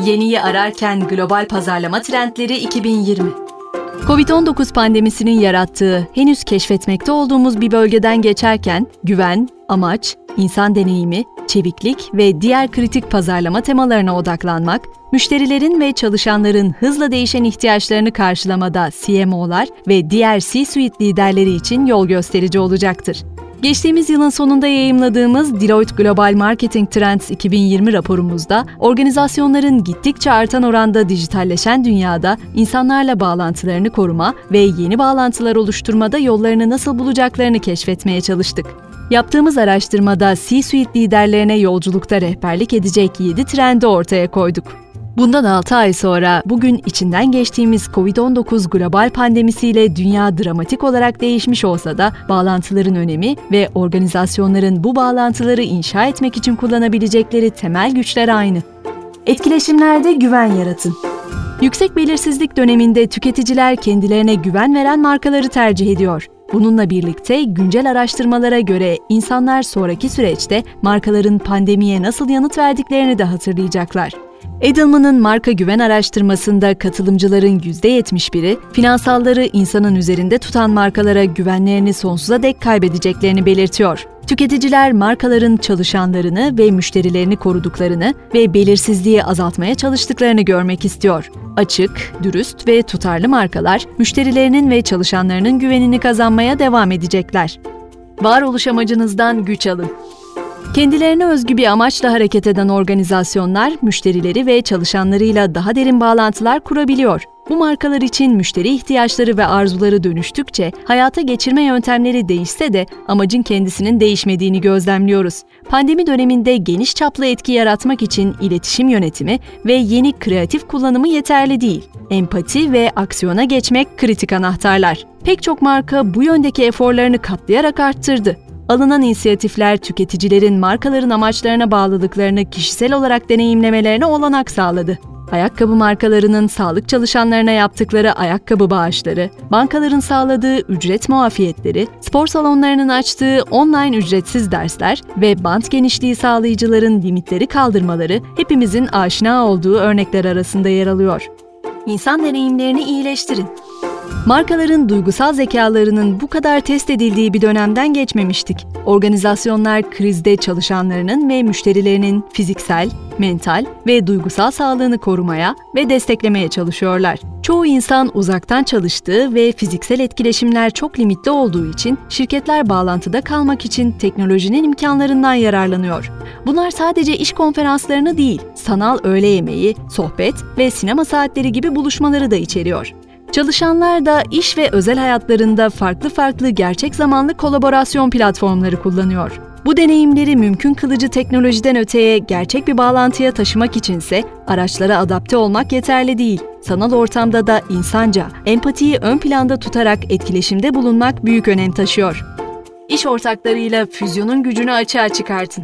Yeniyi ararken global pazarlama trendleri 2020. Covid-19 pandemisinin yarattığı, henüz keşfetmekte olduğumuz bir bölgeden geçerken güven, amaç, insan deneyimi, çeviklik ve diğer kritik pazarlama temalarına odaklanmak, müşterilerin ve çalışanların hızla değişen ihtiyaçlarını karşılamada CMO'lar ve diğer C-suite liderleri için yol gösterici olacaktır. Geçtiğimiz yılın sonunda yayımladığımız Deloitte Global Marketing Trends 2020 raporumuzda, organizasyonların gittikçe artan oranda dijitalleşen dünyada insanlarla bağlantılarını koruma ve yeni bağlantılar oluşturmada yollarını nasıl bulacaklarını keşfetmeye çalıştık. Yaptığımız araştırmada C-suite liderlerine yolculukta rehberlik edecek 7 trendi ortaya koyduk. Bundan 6 ay sonra bugün içinden geçtiğimiz Covid-19 global pandemisiyle dünya dramatik olarak değişmiş olsa da bağlantıların önemi ve organizasyonların bu bağlantıları inşa etmek için kullanabilecekleri temel güçler aynı. Etkileşimlerde güven yaratın. Yüksek belirsizlik döneminde tüketiciler kendilerine güven veren markaları tercih ediyor. Bununla birlikte güncel araştırmalara göre insanlar sonraki süreçte markaların pandemiye nasıl yanıt verdiklerini de hatırlayacaklar. Edelman'ın marka güven araştırmasında katılımcıların %71'i, finansalları insanın üzerinde tutan markalara güvenlerini sonsuza dek kaybedeceklerini belirtiyor. Tüketiciler markaların çalışanlarını ve müşterilerini koruduklarını ve belirsizliği azaltmaya çalıştıklarını görmek istiyor. Açık, dürüst ve tutarlı markalar, müşterilerinin ve çalışanlarının güvenini kazanmaya devam edecekler. Varoluş amacınızdan güç alın. Kendilerine özgü bir amaçla hareket eden organizasyonlar, müşterileri ve çalışanlarıyla daha derin bağlantılar kurabiliyor. Bu markalar için müşteri ihtiyaçları ve arzuları dönüştükçe hayata geçirme yöntemleri değişse de amacın kendisinin değişmediğini gözlemliyoruz. Pandemi döneminde geniş çaplı etki yaratmak için iletişim yönetimi ve yeni kreatif kullanımı yeterli değil. Empati ve aksiyona geçmek kritik anahtarlar. Pek çok marka bu yöndeki eforlarını katlayarak arttırdı. Alınan inisiyatifler tüketicilerin markaların amaçlarına bağlılıklarını kişisel olarak deneyimlemelerine olanak sağladı. Ayakkabı markalarının sağlık çalışanlarına yaptıkları ayakkabı bağışları, bankaların sağladığı ücret muafiyetleri, spor salonlarının açtığı online ücretsiz dersler ve bant genişliği sağlayıcıların limitleri kaldırmaları hepimizin aşina olduğu örnekler arasında yer alıyor. İnsan deneyimlerini iyileştirin. Markaların duygusal zekalarının bu kadar test edildiği bir dönemden geçmemiştik. Organizasyonlar krizde çalışanlarının ve müşterilerinin fiziksel, mental ve duygusal sağlığını korumaya ve desteklemeye çalışıyorlar. Çoğu insan uzaktan çalıştığı ve fiziksel etkileşimler çok limitli olduğu için şirketler bağlantıda kalmak için teknolojinin imkanlarından yararlanıyor. Bunlar sadece iş konferanslarını değil, sanal öğle yemeği, sohbet ve sinema saatleri gibi buluşmaları da içeriyor. Çalışanlar da iş ve özel hayatlarında farklı gerçek zamanlı kolaborasyon platformları kullanıyor. Bu deneyimleri mümkün kılıcı teknolojiden öteye gerçek bir bağlantıya taşımak içinse araçlara adapte olmak yeterli değil. Sanal ortamda da insanca, empatiyi ön planda tutarak etkileşimde bulunmak büyük önem taşıyor. İş ortaklarıyla füzyonun gücünü açığa çıkartın.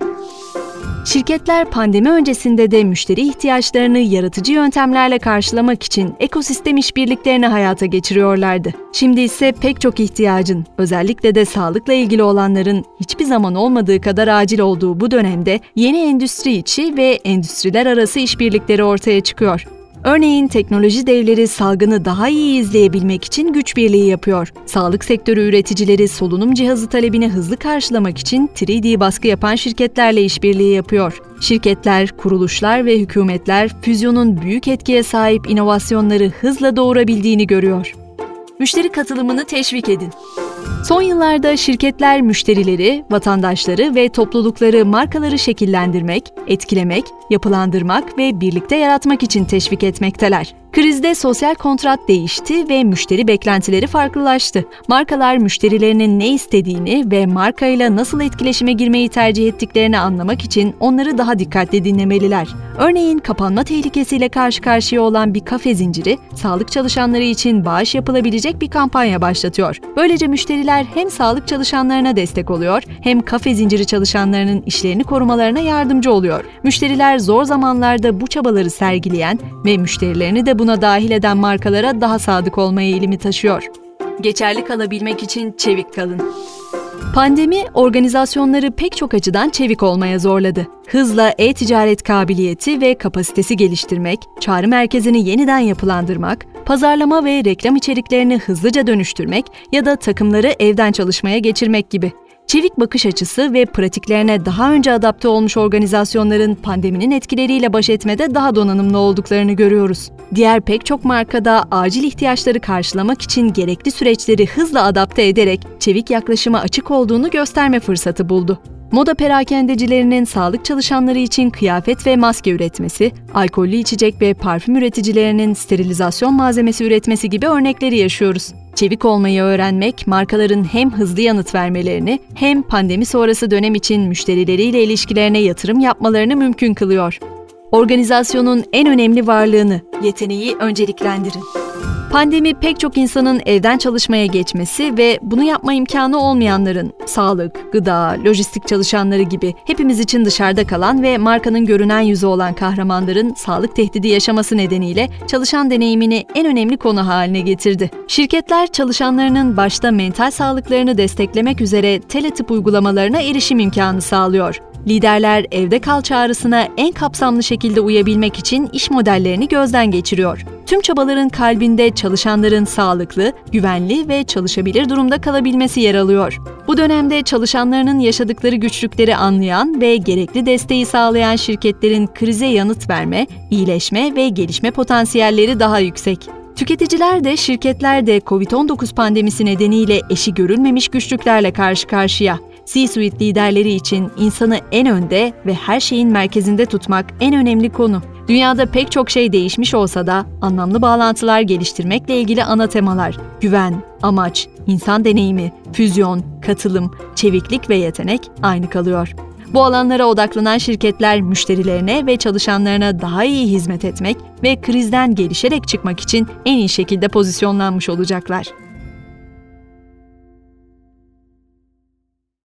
Şirketler pandemi öncesinde de müşteri ihtiyaçlarını yaratıcı yöntemlerle karşılamak için ekosistem işbirliklerini hayata geçiriyorlardı. Şimdi ise pek çok ihtiyacın, özellikle de sağlıkla ilgili olanların hiçbir zaman olmadığı kadar acil olduğu bu dönemde yeni endüstri içi ve endüstriler arası işbirlikleri ortaya çıkıyor. Örneğin teknoloji devleri salgını daha iyi izleyebilmek için güç birliği yapıyor. Sağlık sektörü üreticileri solunum cihazı talebini hızlı karşılamak için 3D baskı yapan şirketlerle işbirliği yapıyor. Şirketler, kuruluşlar ve hükümetler füzyonun büyük etkiye sahip inovasyonları hızla doğurabildiğini görüyor. Müşteri katılımını teşvik edin. Son yıllarda şirketler müşterileri, vatandaşları ve toplulukları markaları şekillendirmek, etkilemek, yapılandırmak ve birlikte yaratmak için teşvik etmekteler. Krizde sosyal kontrat değişti ve müşteri beklentileri farklılaştı. Markalar müşterilerinin ne istediğini ve markayla nasıl etkileşime girmeyi tercih ettiklerini anlamak için onları daha dikkatli dinlemeliler. Örneğin kapanma tehlikesiyle karşı karşıya olan bir kafe zinciri, sağlık çalışanları için bağış yapılabilecek bir kampanya başlatıyor. Böylece müşteriler hem sağlık çalışanlarına destek oluyor, hem kafe zinciri çalışanlarının işlerini korumalarına yardımcı oluyor. Müşteriler zor zamanlarda bu çabaları sergileyen ve müşterilerini de buna dahil eden markalara daha sadık olma eğilimi taşıyor. Geçerli kalabilmek için çevik kalın. Pandemi, organizasyonları pek çok açıdan çevik olmaya zorladı. Hızla e-ticaret kabiliyeti ve kapasitesi geliştirmek, çağrı merkezini yeniden yapılandırmak, pazarlama ve reklam içeriklerini hızlıca dönüştürmek ya da takımları evden çalışmaya geçirmek gibi. Çevik bakış açısı ve pratiklerine daha önce adapte olmuş organizasyonların pandeminin etkileriyle baş etmede daha donanımlı olduklarını görüyoruz. Diğer pek çok markada acil ihtiyaçları karşılamak için gerekli süreçleri hızla adapte ederek çevik yaklaşıma açık olduğunu gösterme fırsatı buldu. Moda perakendecilerinin sağlık çalışanları için kıyafet ve maske üretmesi, alkollü içecek ve parfüm üreticilerinin sterilizasyon malzemesi üretmesi gibi örnekleri yaşıyoruz. Çevik olmayı öğrenmek, markaların hem hızlı yanıt vermelerini hem pandemi sonrası dönem için müşterileriyle ilişkilerine yatırım yapmalarını mümkün kılıyor. Organizasyonun en önemli varlığını, yeteneği önceliklendirin. Pandemi pek çok insanın evden çalışmaya geçmesi ve bunu yapma imkanı olmayanların, sağlık, gıda, lojistik çalışanları gibi hepimiz için dışarıda kalan ve markanın görünen yüzü olan kahramanların sağlık tehdidi yaşaması nedeniyle çalışan deneyimini en önemli konu haline getirdi. Şirketler çalışanlarının başta mental sağlıklarını desteklemek üzere teletıp uygulamalarına erişim imkanı sağlıyor. Liderler evde kal çağrısına en kapsamlı şekilde uyabilmek için iş modellerini gözden geçiriyor. Tüm çabaların kalbinde çalışanların sağlıklı, güvenli ve çalışabilir durumda kalabilmesi yer alıyor. Bu dönemde çalışanlarının yaşadıkları güçlükleri anlayan ve gerekli desteği sağlayan şirketlerin krize yanıt verme, iyileşme ve gelişme potansiyelleri daha yüksek. Tüketiciler de şirketler de COVID-19 pandemisi nedeniyle eşi görülmemiş güçlüklerle karşı karşıya. C-suite liderleri için insanı en önde ve her şeyin merkezinde tutmak en önemli konu. Dünyada pek çok şey değişmiş olsa da anlamlı bağlantılar geliştirmekle ilgili ana temalar, güven, amaç, insan deneyimi, füzyon, katılım, çeviklik ve yetenek aynı kalıyor. Bu alanlara odaklanan şirketler müşterilerine ve çalışanlarına daha iyi hizmet etmek ve krizden gelişerek çıkmak için en iyi şekilde pozisyonlanmış olacaklar.